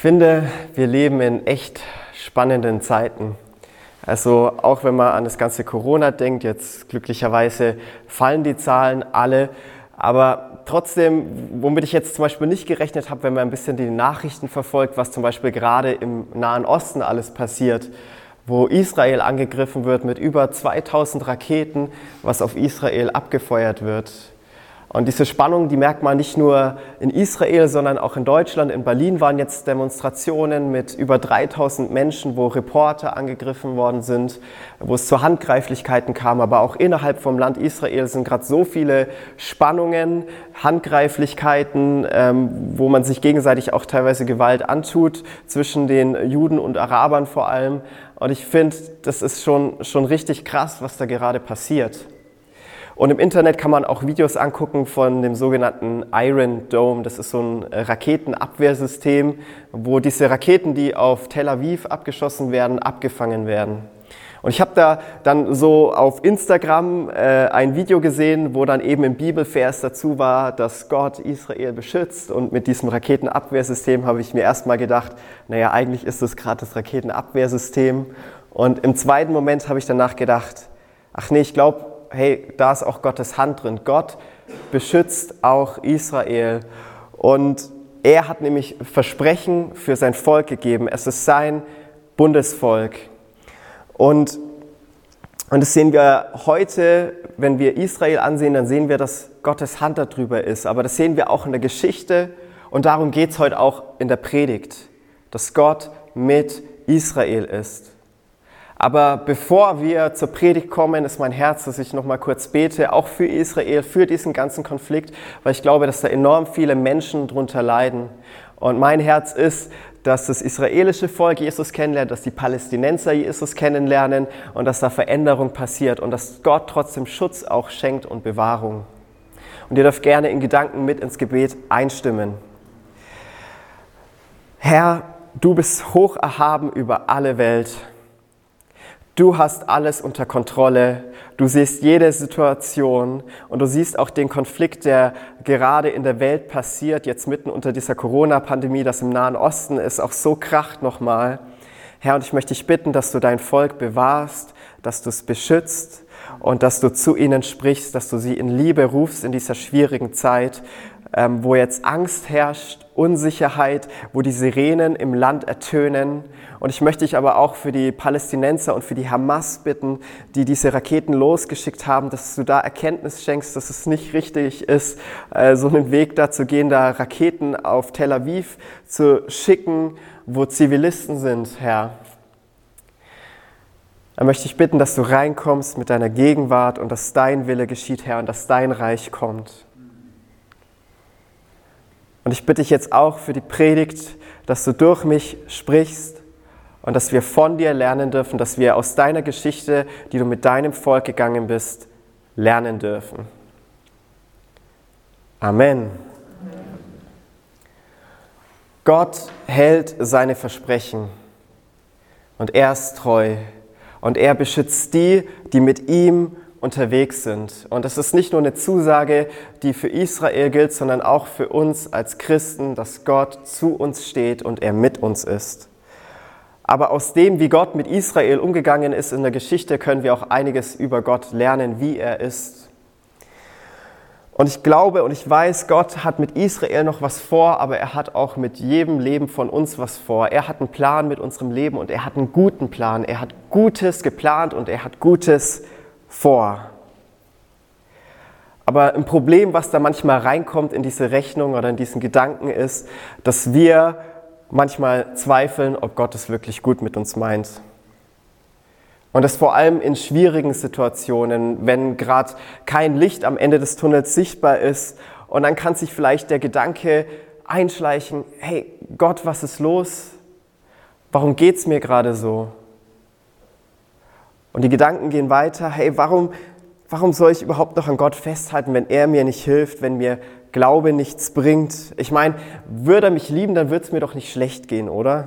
finde, wir leben in echt spannenden Zeiten. Also auch wenn man an das ganze Corona denkt, jetzt glücklicherweise fallen die Zahlen alle, aber trotzdem, womit ich jetzt zum Beispiel nicht gerechnet habe, wenn man ein bisschen die Nachrichten verfolgt, was zum Beispiel gerade im Nahen Osten alles passiert, wo Israel angegriffen wird mit über 2000 Raketen, was auf Israel abgefeuert wird. Und diese Spannung, die merkt man nicht nur in Israel, sondern auch in Deutschland. In Berlin waren jetzt Demonstrationen mit über 3000 Menschen, wo Reporter angegriffen worden sind, wo es zu Handgreiflichkeiten kam. Aber auch innerhalb vom Land Israel sind gerade so viele Spannungen, Handgreiflichkeiten, wo man sich gegenseitig auch teilweise Gewalt antut, zwischen den Juden und Arabern vor allem. Und ich finde, das ist schon richtig krass, was da gerade passiert. Und im Internet kann man auch Videos angucken von dem sogenannten Iron Dome. Das ist so ein Raketenabwehrsystem, wo diese Raketen, die auf Tel Aviv abgeschossen werden, abgefangen werden. Und ich habe da dann so auf Instagram ein Video gesehen, wo dann eben im Bibelvers dazu war, dass Gott Israel beschützt. Und mit diesem Raketenabwehrsystem habe ich mir erstmal gedacht, naja, eigentlich ist das gerade das Raketenabwehrsystem. Und im zweiten Moment habe ich danach gedacht, ach nee, ich glaube, hey, da ist auch Gottes Hand drin. Gott beschützt auch Israel. Und er hat nämlich Versprechen für sein Volk gegeben. Es ist sein Bundesvolk. Und das sehen wir heute, wenn wir Israel ansehen, dann sehen wir, dass Gottes Hand darüber ist. Aber das sehen wir auch in der Geschichte. Und darum geht es heute auch in der Predigt, dass Gott mit Israel ist. Aber bevor wir zur Predigt kommen, ist mein Herz, dass ich noch mal kurz bete, auch für Israel, für diesen ganzen Konflikt, weil ich glaube, dass da enorm viele Menschen drunter leiden. Und mein Herz ist, dass das israelische Volk Jesus kennenlernt, dass die Palästinenser Jesus kennenlernen und dass da Veränderung passiert und dass Gott trotzdem Schutz auch schenkt und Bewahrung. Und ihr dürft gerne in Gedanken mit ins Gebet einstimmen. Herr, du bist hoch erhaben über alle Welt. Du hast alles unter Kontrolle, du siehst jede Situation und du siehst auch den Konflikt, der gerade in der Welt passiert, jetzt mitten unter dieser Corona-Pandemie, das im Nahen Osten ist, auch so kracht nochmal. Herr, und ich möchte dich bitten, dass du dein Volk bewahrst, dass du es beschützt und dass du zu ihnen sprichst, dass du sie in Liebe rufst in dieser schwierigen Zeit, wo jetzt Angst herrscht, Unsicherheit, wo die Sirenen im Land ertönen. Und ich möchte dich aber auch für die Palästinenser und für die Hamas bitten, die diese Raketen losgeschickt haben, dass du da Erkenntnis schenkst, dass es nicht richtig ist, so einen Weg da zu gehen, da Raketen auf Tel Aviv zu schicken, wo Zivilisten sind, Herr. Da möchte ich bitten, dass du reinkommst mit deiner Gegenwart und dass dein Wille geschieht, Herr, und dass dein Reich kommt. Und ich bitte dich jetzt auch für die Predigt, dass du durch mich sprichst und dass wir von dir lernen dürfen, dass wir aus deiner Geschichte, die du mit deinem Volk gegangen bist, lernen dürfen. Amen. Gott hält seine Versprechen und er ist treu und er beschützt die, die mit ihm unterwegs sind. Und das ist nicht nur eine Zusage, die für Israel gilt, sondern auch für uns als Christen, dass Gott zu uns steht und er mit uns ist. Aber aus dem, wie Gott mit Israel umgegangen ist in der Geschichte, können wir auch einiges über Gott lernen, wie er ist. Und ich glaube und ich weiß, Gott hat mit Israel noch was vor, aber er hat auch mit jedem Leben von uns was vor. Er hat einen Plan mit unserem Leben und er hat einen guten Plan. Er hat Gutes geplant und er hat Gutes vor. Aber ein Problem, was da manchmal reinkommt in diese Rechnung oder in diesen Gedanken ist, dass wir manchmal zweifeln, ob Gott es wirklich gut mit uns meint. Und das vor allem in schwierigen Situationen, wenn gerade kein Licht am Ende des Tunnels sichtbar ist und dann kann sich vielleicht der Gedanke einschleichen, hey Gott, was ist los? Warum geht's mir gerade so? Und die Gedanken gehen weiter, hey, warum soll ich überhaupt noch an Gott festhalten, wenn er mir nicht hilft, wenn mir Glaube nichts bringt? Ich meine, würde er mich lieben, dann würde es mir doch nicht schlecht gehen, oder?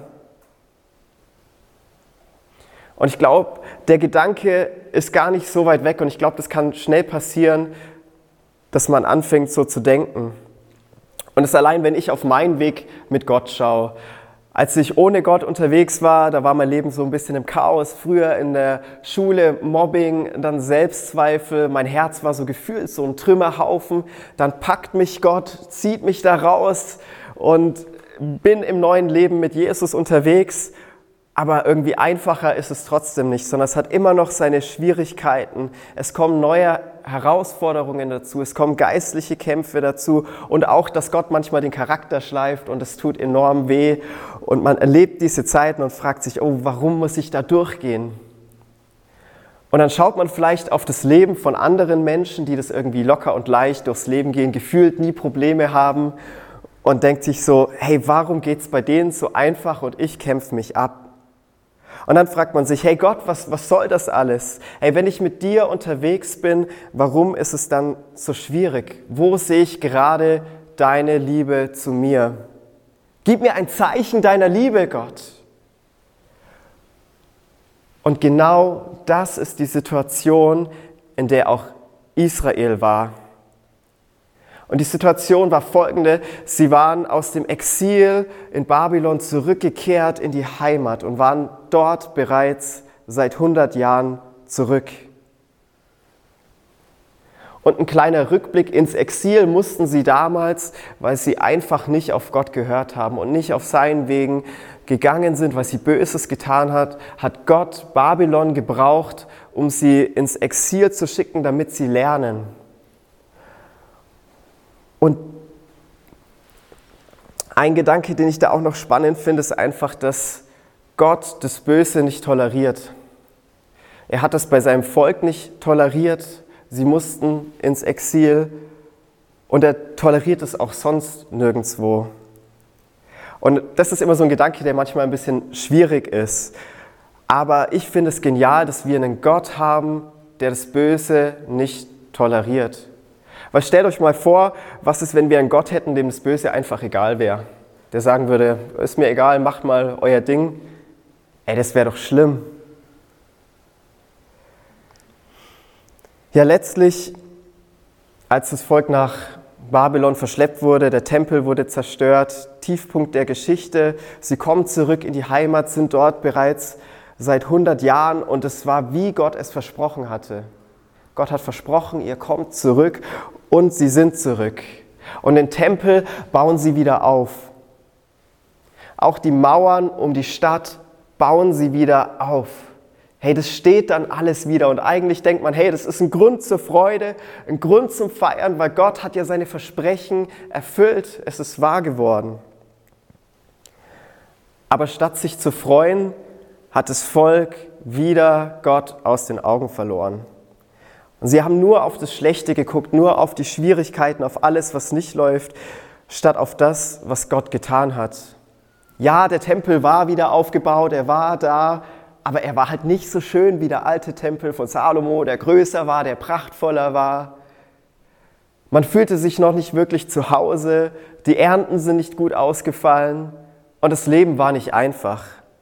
Und ich glaube, der Gedanke ist gar nicht so weit weg und ich glaube, das kann schnell passieren, dass man anfängt so zu denken. Und das allein, wenn ich auf meinen Weg mit Gott schaue, Als ich ohne Gott unterwegs war, da war mein Leben so ein bisschen im Chaos. Früher in der Schule Mobbing, dann Selbstzweifel. Mein Herz war so gefühlt so ein Trümmerhaufen. Dann packt mich Gott, zieht mich da raus und bin im neuen Leben mit Jesus unterwegs. Aber irgendwie einfacher ist es trotzdem nicht, sondern es hat immer noch seine Schwierigkeiten. Es kommen neue Herausforderungen dazu, es kommen geistliche Kämpfe dazu und auch, dass Gott manchmal den Charakter schleift und es tut enorm weh. Und man erlebt diese Zeiten und fragt sich, oh, warum muss ich da durchgehen? Und dann schaut man vielleicht auf das Leben von anderen Menschen, die das irgendwie locker und leicht durchs Leben gehen, gefühlt nie Probleme haben und denkt sich so, hey, warum geht's bei denen so einfach und ich kämpfe mich ab? Und dann fragt man sich, hey Gott, was soll das alles? Hey, wenn ich mit dir unterwegs bin, warum ist es dann so schwierig? Wo sehe ich gerade deine Liebe zu mir? Gib mir ein Zeichen deiner Liebe, Gott. Und genau das ist die Situation, in der auch Israel war. Und die Situation war folgende: Sie waren aus dem Exil in Babylon zurückgekehrt in die Heimat und waren dort bereits seit 100 Jahren zurück. Und ein kleiner Rückblick ins Exil mussten sie damals, weil sie einfach nicht auf Gott gehört haben und nicht auf seinen Wegen gegangen sind, weil sie Böses getan hat Gott Babylon gebraucht, um sie ins Exil zu schicken, damit sie lernen. Und ein Gedanke, den ich da auch noch spannend finde, ist einfach, dass Gott das Böse nicht toleriert. Er hat das bei seinem Volk nicht toleriert. Sie mussten ins Exil und er toleriert es auch sonst nirgendwo. Und das ist immer so ein Gedanke, der manchmal ein bisschen schwierig ist. Aber ich finde es genial, dass wir einen Gott haben, der das Böse nicht toleriert. Weil stellt euch mal vor, was ist, wenn wir einen Gott hätten, dem das Böse einfach egal wäre. Der sagen würde, ist mir egal, macht mal euer Ding. Ey, das wäre doch schlimm. Ja, letztlich, als das Volk nach Babylon verschleppt wurde, der Tempel wurde zerstört, Tiefpunkt der Geschichte, sie kommen zurück in die Heimat, sind dort bereits seit 100 Jahren und es war, wie Gott es versprochen hatte. Gott hat versprochen, ihr kommt zurück und sie sind zurück. Und den Tempel bauen sie wieder auf. Auch die Mauern um die Stadt bauen sie wieder auf. Hey, das steht dann alles wieder und eigentlich denkt man, hey, das ist ein Grund zur Freude, ein Grund zum Feiern, weil Gott hat ja seine Versprechen erfüllt, es ist wahr geworden. Aber statt sich zu freuen, hat das Volk wieder Gott aus den Augen verloren. Und sie haben nur auf das Schlechte geguckt, nur auf die Schwierigkeiten, auf alles, was nicht läuft, statt auf das, was Gott getan hat. Ja, der Tempel war wieder aufgebaut, er war da, aber er war halt nicht so schön wie der alte Tempel von Salomo, der größer war, der prachtvoller war. Man fühlte sich noch nicht wirklich zu Hause, die Ernten sind nicht gut ausgefallen und das Leben war nicht einfach.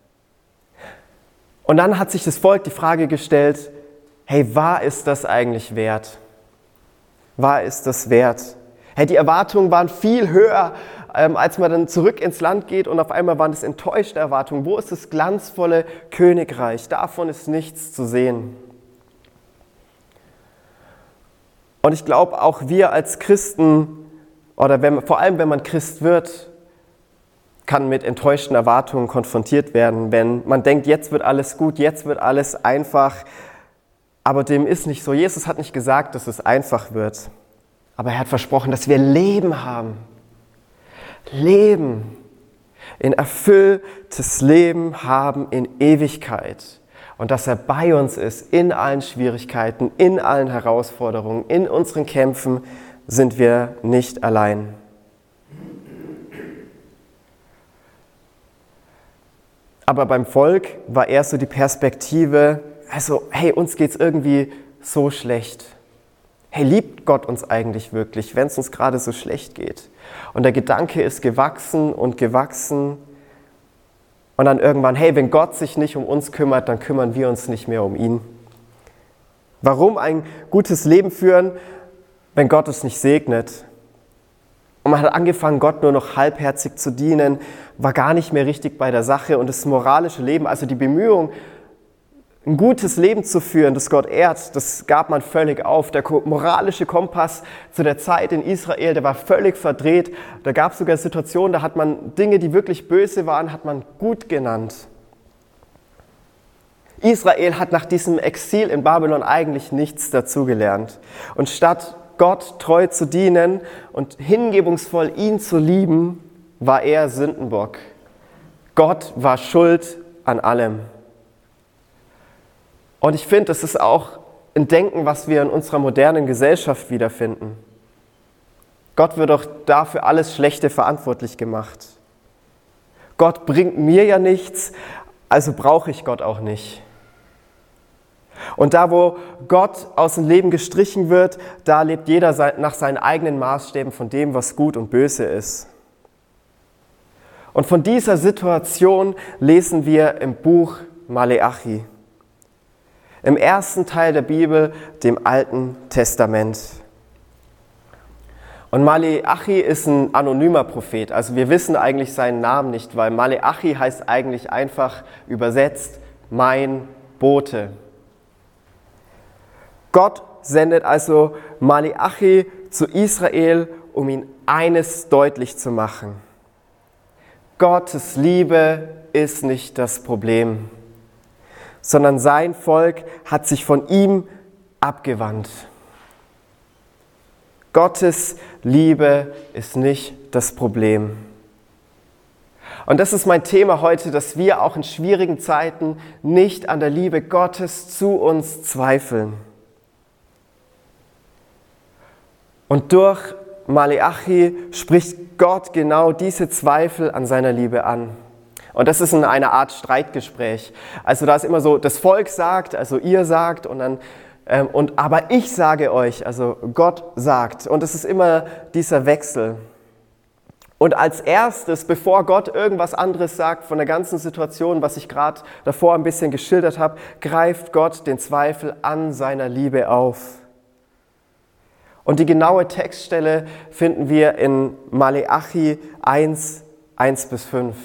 Und dann hat sich das Volk die Frage gestellt, hey, war es das eigentlich wert? War es das wert? Hey, die Erwartungen waren viel höher, als man dann zurück ins Land geht und auf einmal waren es enttäuschte Erwartungen. Wo ist das glanzvolle Königreich? Davon ist nichts zu sehen. Und ich glaube, auch wir als Christen, oder vor allem wenn man Christ wird, kann mit enttäuschten Erwartungen konfrontiert werden, wenn man denkt, jetzt wird alles gut, jetzt wird alles einfach. Aber dem ist nicht so. Jesus hat nicht gesagt, dass es einfach wird. Aber er hat versprochen, dass wir Leben haben. Leben. Ein erfülltes Leben haben in Ewigkeit. Und dass er bei uns ist in allen Schwierigkeiten, in allen Herausforderungen, in unseren Kämpfen sind wir nicht allein. Aber beim Volk war eher so die Perspektive, also hey, uns geht's irgendwie so schlecht. Hey, liebt Gott uns eigentlich wirklich, wenn es uns gerade so schlecht geht? Und der Gedanke ist gewachsen und gewachsen. Und dann irgendwann, hey, wenn Gott sich nicht um uns kümmert, dann kümmern wir uns nicht mehr um ihn. Warum ein gutes Leben führen, wenn Gott es nicht segnet? Und man hat angefangen, Gott nur noch halbherzig zu dienen, war gar nicht mehr richtig bei der Sache. Und das moralische Leben, also die Bemühung, ein gutes Leben zu führen, das Gott ehrt, das gab man völlig auf. Der moralische Kompass zu der Zeit in Israel, der war völlig verdreht. Da gab es sogar Situationen, da hat man Dinge, die wirklich böse waren, hat man gut genannt. Israel hat nach diesem Exil in Babylon eigentlich nichts dazugelernt. Und statt Gott treu zu dienen und hingebungsvoll ihn zu lieben, war er Sündenbock. Gott war schuld an allem. Und ich finde, das ist auch ein Denken, was wir in unserer modernen Gesellschaft wiederfinden. Gott wird doch dafür alles Schlechte verantwortlich gemacht. Gott bringt mir ja nichts, also brauche ich Gott auch nicht. Und da, wo Gott aus dem Leben gestrichen wird, da lebt jeder nach seinen eigenen Maßstäben von dem, was gut und böse ist. Und von dieser Situation lesen wir im Buch Maleachi, im ersten Teil der Bibel, dem Alten Testament. Und Maleachi ist ein anonymer Prophet, also wir wissen eigentlich seinen Namen nicht, weil Maleachi heißt eigentlich einfach übersetzt mein Bote. Gott sendet also Maleachi zu Israel, um ihm eines deutlich zu machen. Gottes Liebe ist nicht das Problem, sondern sein Volk hat sich von ihm abgewandt. Gottes Liebe ist nicht das Problem. Und das ist mein Thema heute, dass wir auch in schwierigen Zeiten nicht an der Liebe Gottes zu uns zweifeln. Und durch Maleachi spricht Gott genau diese Zweifel an seiner Liebe an. Und das ist in einer Art Streitgespräch. Also da ist immer so, das Volk sagt, also ihr sagt und dann, aber ich sage euch, also Gott sagt. Und es ist immer dieser Wechsel. Und als erstes, bevor Gott irgendwas anderes sagt von der ganzen Situation, was ich gerade davor ein bisschen geschildert habe, greift Gott den Zweifel an seiner Liebe auf. Und die genaue Textstelle finden wir in Maleachi 1, 1-5.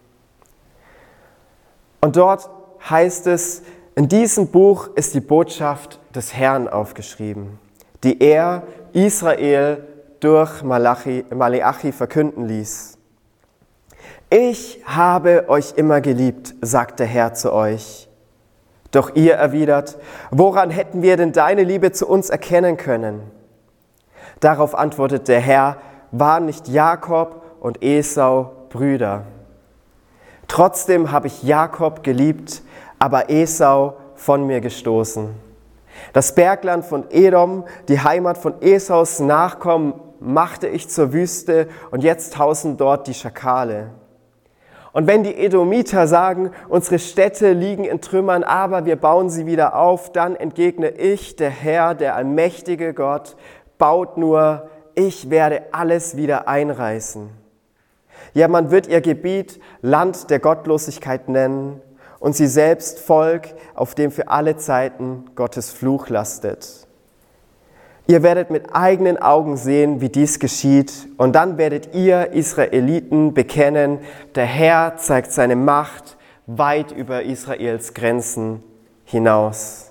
Und dort heißt es, in diesem Buch ist die Botschaft des Herrn aufgeschrieben, die er Israel durch Maleachi verkünden ließ. Ich habe euch immer geliebt, sagt der Herr zu euch. Doch ihr erwidert, woran hätten wir denn deine Liebe zu uns erkennen können? Darauf antwortet der Herr, waren nicht Jakob und Esau Brüder? Trotzdem habe ich Jakob geliebt, aber Esau von mir gestoßen. Das Bergland von Edom, die Heimat von Esaus Nachkommen, machte ich zur Wüste und jetzt hausen dort die Schakale. Und wenn die Edomiter sagen, unsere Städte liegen in Trümmern, aber wir bauen sie wieder auf, dann entgegne ich, der Herr, der allmächtige Gott, baut nur, ich werde alles wieder einreißen. Ja, man wird ihr Gebiet Land der Gottlosigkeit nennen und sie selbst Volk, auf dem für alle Zeiten Gottes Fluch lastet. Ihr werdet mit eigenen Augen sehen, wie dies geschieht, und dann werdet ihr Israeliten bekennen, der Herr zeigt seine Macht weit über Israels Grenzen hinaus.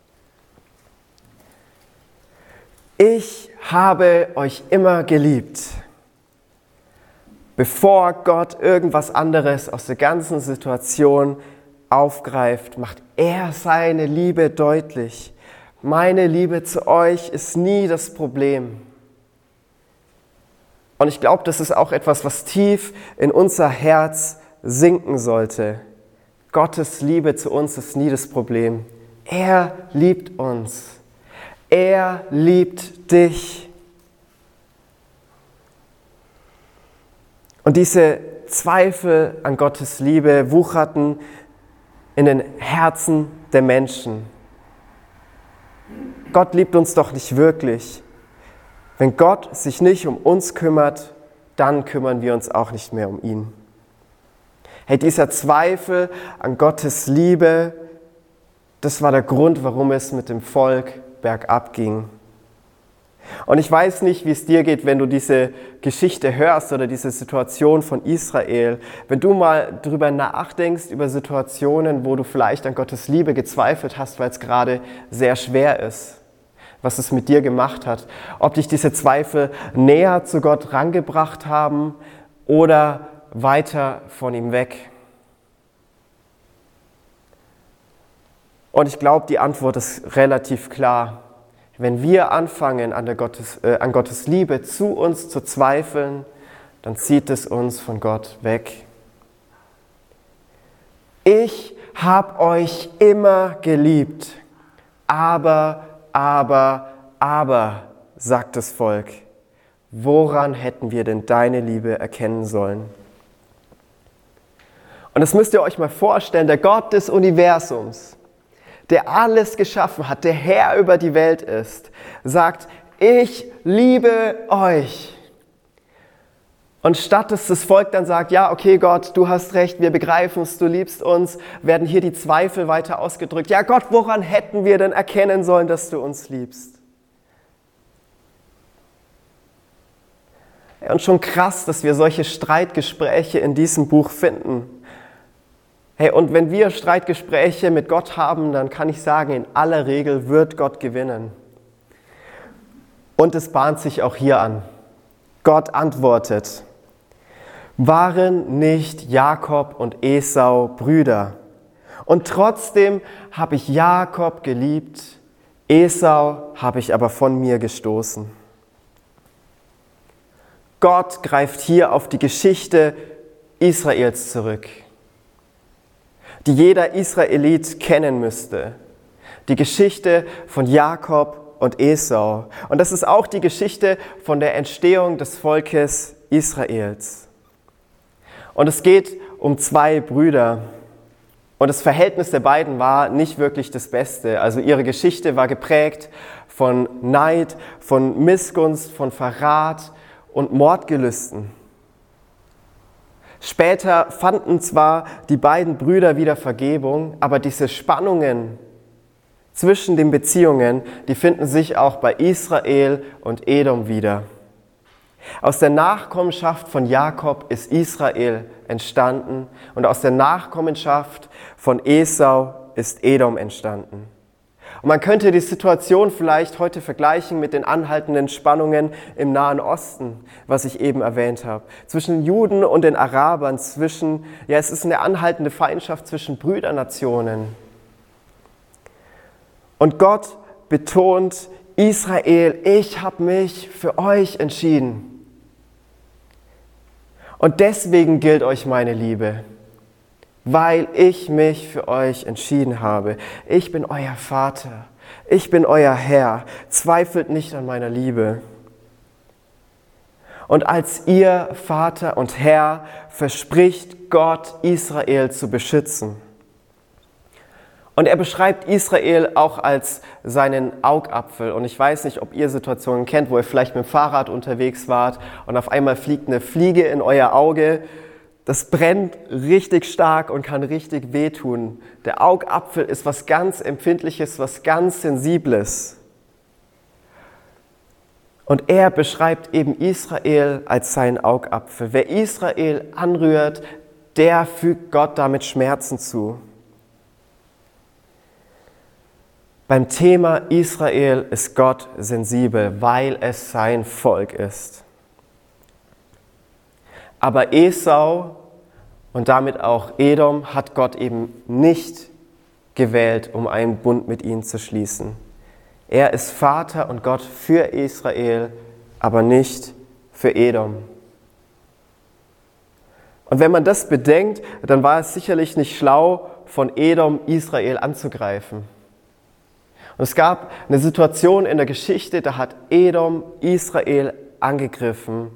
Ich habe euch immer geliebt. Bevor Gott irgendwas anderes aus der ganzen Situation aufgreift, macht er seine Liebe deutlich. Meine Liebe zu euch ist nie das Problem. Und ich glaube, das ist auch etwas, was tief in unser Herz sinken sollte. Gottes Liebe zu uns ist nie das Problem. Er liebt uns. Er liebt dich. Und diese Zweifel an Gottes Liebe wucherten in den Herzen der Menschen. Gott liebt uns doch nicht wirklich. Wenn Gott sich nicht um uns kümmert, dann kümmern wir uns auch nicht mehr um ihn. Hey, dieser Zweifel an Gottes Liebe, das war der Grund, warum es mit dem Volk bergab ging. Und ich weiß nicht, wie es dir geht, wenn du diese Geschichte hörst oder diese Situation von Israel. Wenn du mal drüber nachdenkst, über Situationen, wo du vielleicht an Gottes Liebe gezweifelt hast, weil es gerade sehr schwer ist, was es mit dir gemacht hat. Ob dich diese Zweifel näher zu Gott rangebracht haben oder weiter von ihm weg. Und ich glaube, die Antwort ist relativ klar. Wenn wir anfangen, an Gottes Liebe zu uns zu zweifeln, dann zieht es uns von Gott weg. Ich habe euch immer geliebt, aber, sagt das Volk. Woran hätten wir denn deine Liebe erkennen sollen? Und das müsst ihr euch mal vorstellen, der Gott des Universums, der alles geschaffen hat, der Herr über die Welt ist, sagt, ich liebe euch. Und statt dass das Volk dann sagt, ja, okay Gott, du hast recht, wir begreifen es, du liebst uns, werden hier die Zweifel weiter ausgedrückt. Ja Gott, woran hätten wir denn erkennen sollen, dass du uns liebst? Ja, und schon krass, dass wir solche Streitgespräche in diesem Buch finden. Hey, und wenn wir Streitgespräche mit Gott haben, dann kann ich sagen, in aller Regel wird Gott gewinnen. Und es bahnt sich auch hier an. Gott antwortet, waren nicht Jakob und Esau Brüder? Und trotzdem habe ich Jakob geliebt, Esau habe ich aber von mir gestoßen. Gott greift hier auf die Geschichte Israels zurück, die jeder Israelit kennen müsste. Die Geschichte von Jakob und Esau. Und das ist auch die Geschichte von der Entstehung des Volkes Israels. Und es geht um zwei Brüder. Und das Verhältnis der beiden war nicht wirklich das Beste. Also ihre Geschichte war geprägt von Neid, von Missgunst, von Verrat und Mordgelüsten. Später fanden zwar die beiden Brüder wieder Vergebung, aber diese Spannungen zwischen den Beziehungen, die finden sich auch bei Israel und Edom wieder. Aus der Nachkommenschaft von Jakob ist Israel entstanden und aus der Nachkommenschaft von Esau ist Edom entstanden. Und man könnte die Situation vielleicht heute vergleichen mit den anhaltenden Spannungen im Nahen Osten, was ich eben erwähnt habe. Zwischen Juden und den Arabern, es ist eine anhaltende Feindschaft zwischen Brüdernationen. Und Gott betont, Israel, ich habe mich für euch entschieden. Und deswegen gilt euch meine Liebe. Weil ich mich für euch entschieden habe. Ich bin euer Vater, ich bin euer Herr, zweifelt nicht an meiner Liebe. Und als ihr Vater und Herr verspricht Gott, Israel zu beschützen. Und er beschreibt Israel auch als seinen Augapfel. Und ich weiß nicht, ob ihr Situationen kennt, wo ihr vielleicht mit dem Fahrrad unterwegs wart und auf einmal fliegt eine Fliege in euer Auge. Das brennt richtig stark und kann richtig wehtun. Der Augapfel ist was ganz Empfindliches, was ganz Sensibles. Und er beschreibt eben Israel als seinen Augapfel. Wer Israel anrührt, der fügt Gott damit Schmerzen zu. Beim Thema Israel ist Gott sensibel, weil es sein Volk ist. Aber Esau und damit auch Edom hat Gott eben nicht gewählt, um einen Bund mit ihnen zu schließen. Er ist Vater und Gott für Israel, aber nicht für Edom. Und wenn man das bedenkt, dann war es sicherlich nicht schlau, von Edom Israel anzugreifen. Und es gab eine Situation in der Geschichte, da hat Edom Israel angegriffen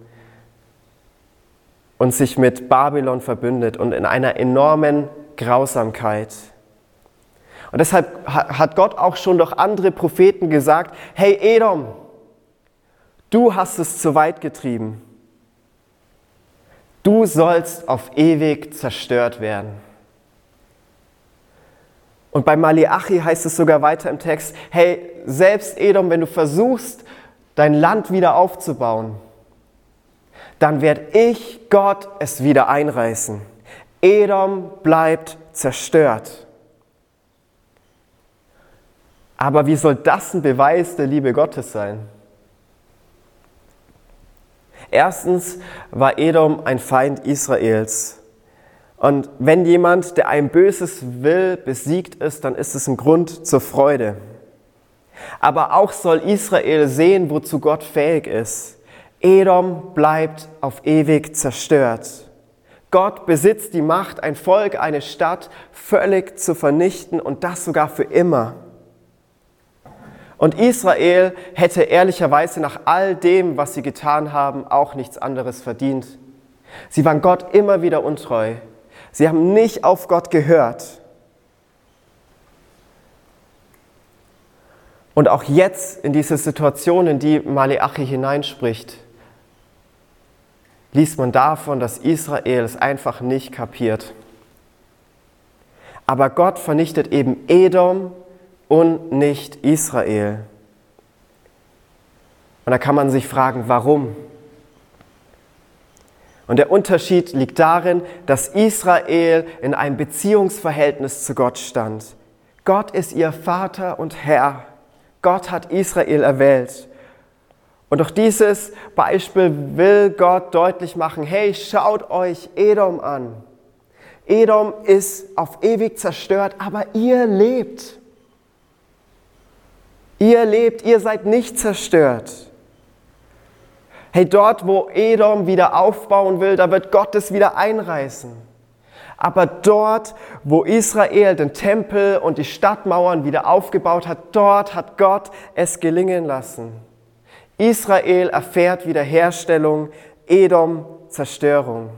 und sich mit Babylon verbündet und in einer enormen Grausamkeit. Und deshalb hat Gott auch schon durch andere Propheten gesagt, hey Edom, du hast es zu weit getrieben. Du sollst auf ewig zerstört werden. Und bei Maleachi heißt es sogar weiter im Text, hey, selbst Edom, wenn du versuchst, dein Land wieder aufzubauen, dann werde ich, Gott, es wieder einreißen. Edom bleibt zerstört. Aber wie soll das ein Beweis der Liebe Gottes sein? Erstens war Edom ein Feind Israels. Und wenn jemand, der einem Böses will, besiegt ist, dann ist es ein Grund zur Freude. Aber auch soll Israel sehen, wozu Gott fähig ist. Edom bleibt auf ewig zerstört. Gott besitzt die Macht, ein Volk, eine Stadt völlig zu vernichten und das sogar für immer. Und Israel hätte ehrlicherweise nach all dem, was sie getan haben, auch nichts anderes verdient. Sie waren Gott immer wieder untreu. Sie haben nicht auf Gott gehört. Und auch jetzt in diese Situation, in die Maleachi hineinspricht, liest man davon, dass Israel es einfach nicht kapiert. Aber Gott vernichtet eben Edom und nicht Israel. Und da kann man sich fragen, warum? Und der Unterschied liegt darin, dass Israel in einem Beziehungsverhältnis zu Gott stand. Gott ist ihr Vater und Herr. Gott hat Israel erwählt. Und durch dieses Beispiel will Gott deutlich machen, hey, schaut euch Edom an. Edom ist auf ewig zerstört, aber ihr lebt. Ihr lebt, ihr seid nicht zerstört. Hey, dort, wo Edom wieder aufbauen will, da wird Gott es wieder einreißen. Aber dort, wo Israel den Tempel und die Stadtmauern wieder aufgebaut hat, dort hat Gott es gelingen lassen. Israel erfährt Wiederherstellung, Edom Zerstörung.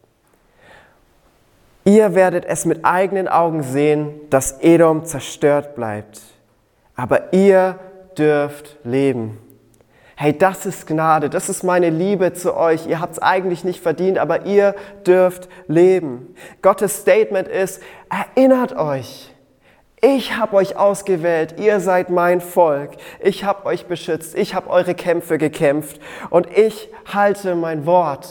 Ihr werdet es mit eigenen Augen sehen, dass Edom zerstört bleibt. Aber ihr dürft leben. Hey, das ist Gnade, das ist meine Liebe zu euch. Ihr habt es eigentlich nicht verdient, aber ihr dürft leben. Gottes Statement ist, erinnert euch. Ich habe euch ausgewählt, ihr seid mein Volk. Ich habe euch beschützt, ich habe eure Kämpfe gekämpft und ich halte mein Wort.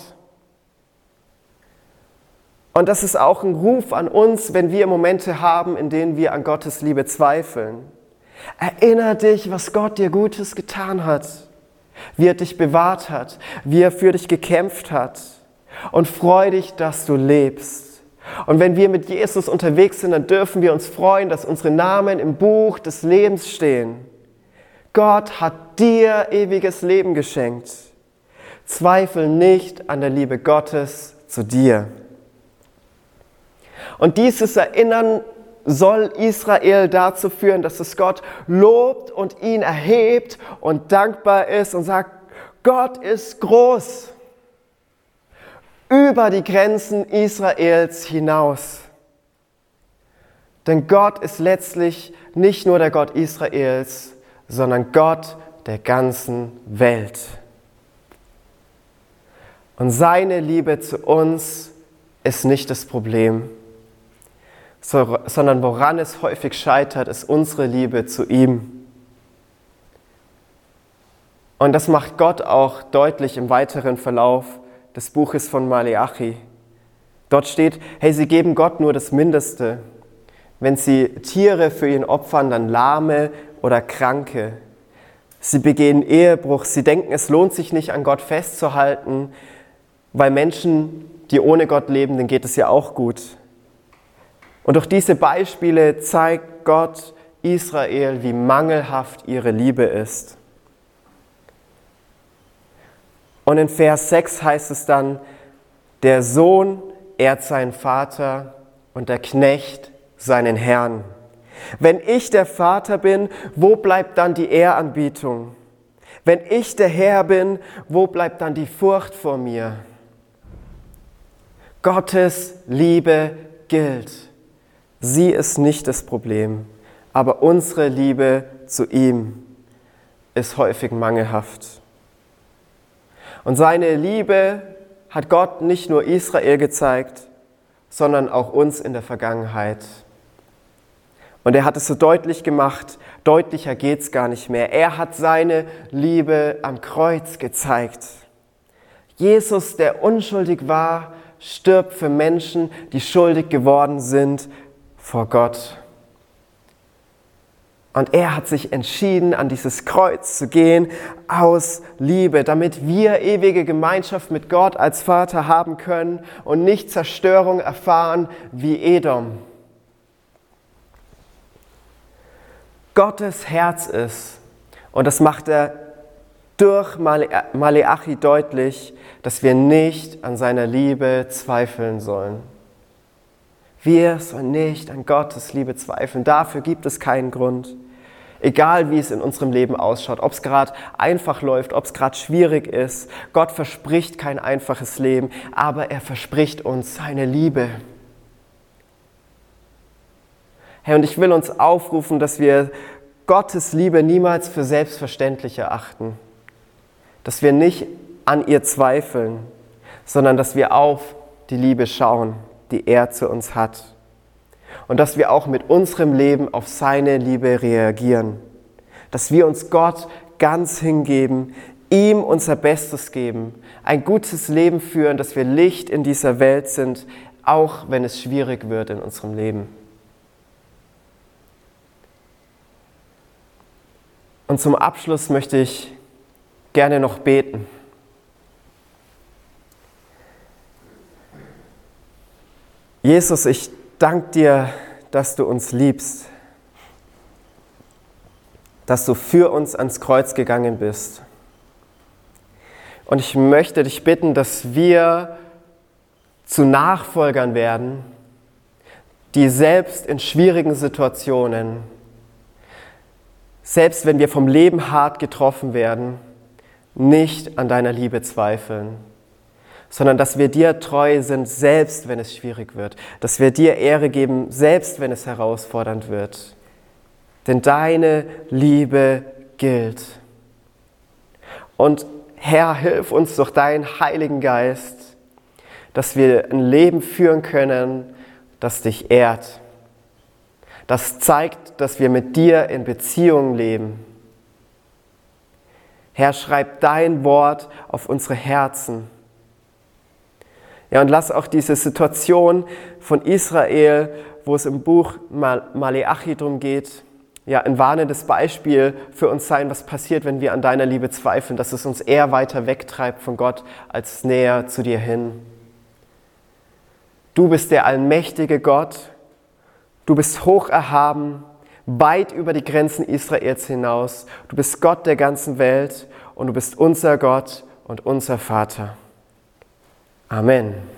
Und das ist auch ein Ruf an uns, wenn wir Momente haben, in denen wir an Gottes Liebe zweifeln. Erinnere dich, was Gott dir Gutes getan hat, wie er dich bewahrt hat, wie er für dich gekämpft hat und freu dich, dass du lebst. Und wenn wir mit Jesus unterwegs sind, dann dürfen wir uns freuen, dass unsere Namen im Buch des Lebens stehen. Gott hat dir ewiges Leben geschenkt. Zweifel nicht an der Liebe Gottes zu dir. Und dieses Erinnern soll Israel dazu führen, dass es Gott lobt und ihn erhebt und dankbar ist und sagt, Gott ist groß. Über die Grenzen Israels hinaus. Denn Gott ist letztlich nicht nur der Gott Israels, sondern Gott der ganzen Welt. Und seine Liebe zu uns ist nicht das Problem, sondern woran es häufig scheitert, ist unsere Liebe zu ihm. Und das macht Gott auch deutlich im weiteren Verlauf des Buches von Maleachi. Dort steht, hey, sie geben Gott nur das Mindeste. Wenn sie Tiere für ihn opfern, dann Lahme oder Kranke. Sie begehen Ehebruch, sie denken, es lohnt sich nicht, an Gott festzuhalten, weil Menschen, die ohne Gott leben, denen geht es ja auch gut. Und durch diese Beispiele zeigt Gott Israel, wie mangelhaft ihre Liebe ist. Und in Vers 6 heißt es dann, der Sohn ehrt seinen Vater und der Knecht seinen Herrn. Wenn ich der Vater bin, wo bleibt dann die Ehranbietung? Wenn ich der Herr bin, wo bleibt dann die Furcht vor mir? Gottes Liebe gilt. Sie ist nicht das Problem, aber unsere Liebe zu ihm ist häufig mangelhaft. Und seine Liebe hat Gott nicht nur Israel gezeigt, sondern auch uns in der Vergangenheit. Und er hat es so deutlich gemacht, deutlicher geht's gar nicht mehr. Er hat seine Liebe am Kreuz gezeigt. Jesus, der unschuldig war, stirbt für Menschen, die schuldig geworden sind vor Gott. Und er hat sich entschieden, an dieses Kreuz zu gehen aus Liebe, damit wir ewige Gemeinschaft mit Gott als Vater haben können und nicht Zerstörung erfahren wie Edom. Gottes Herz ist, und das macht er durch Maleachi deutlich, dass wir nicht an seiner Liebe zweifeln sollen. Wir sollen nicht an Gottes Liebe zweifeln. Dafür gibt es keinen Grund. Egal wie es in unserem Leben ausschaut, ob es gerade einfach läuft, ob es gerade schwierig ist. Gott verspricht kein einfaches Leben, aber er verspricht uns seine Liebe. Herr, und ich will uns aufrufen, dass wir Gottes Liebe niemals für selbstverständlich erachten. Dass wir nicht an ihr zweifeln, sondern dass wir auf die Liebe schauen, die er zu uns hat. Und dass wir auch mit unserem Leben auf seine Liebe reagieren. Dass wir uns Gott ganz hingeben, ihm unser Bestes geben, ein gutes Leben führen, dass wir Licht in dieser Welt sind, auch wenn es schwierig wird in unserem Leben. Und zum Abschluss möchte ich gerne noch beten. Jesus, ich danke dir, dass du uns liebst, dass du für uns ans Kreuz gegangen bist. Und ich möchte dich bitten, dass wir zu Nachfolgern werden, die selbst in schwierigen Situationen, selbst wenn wir vom Leben hart getroffen werden, nicht an deiner Liebe zweifeln, sondern dass wir dir treu sind, selbst wenn es schwierig wird, dass wir dir Ehre geben, selbst wenn es herausfordernd wird. Denn deine Liebe gilt. Und Herr, hilf uns durch deinen Heiligen Geist, dass wir ein Leben führen können, das dich ehrt. Das zeigt, dass wir mit dir in Beziehung leben. Herr, schreib dein Wort auf unsere Herzen. Ja, und lass auch diese Situation von Israel, wo es im Buch Maleachi darum geht, ja, ein warnendes Beispiel für uns sein, was passiert, wenn wir an deiner Liebe zweifeln, dass es uns eher weiter wegtreibt von Gott, als näher zu dir hin. Du bist der allmächtige Gott, du bist hoch erhaben, weit über die Grenzen Israels hinaus. Du bist Gott der ganzen Welt und du bist unser Gott und unser Vater. Amen.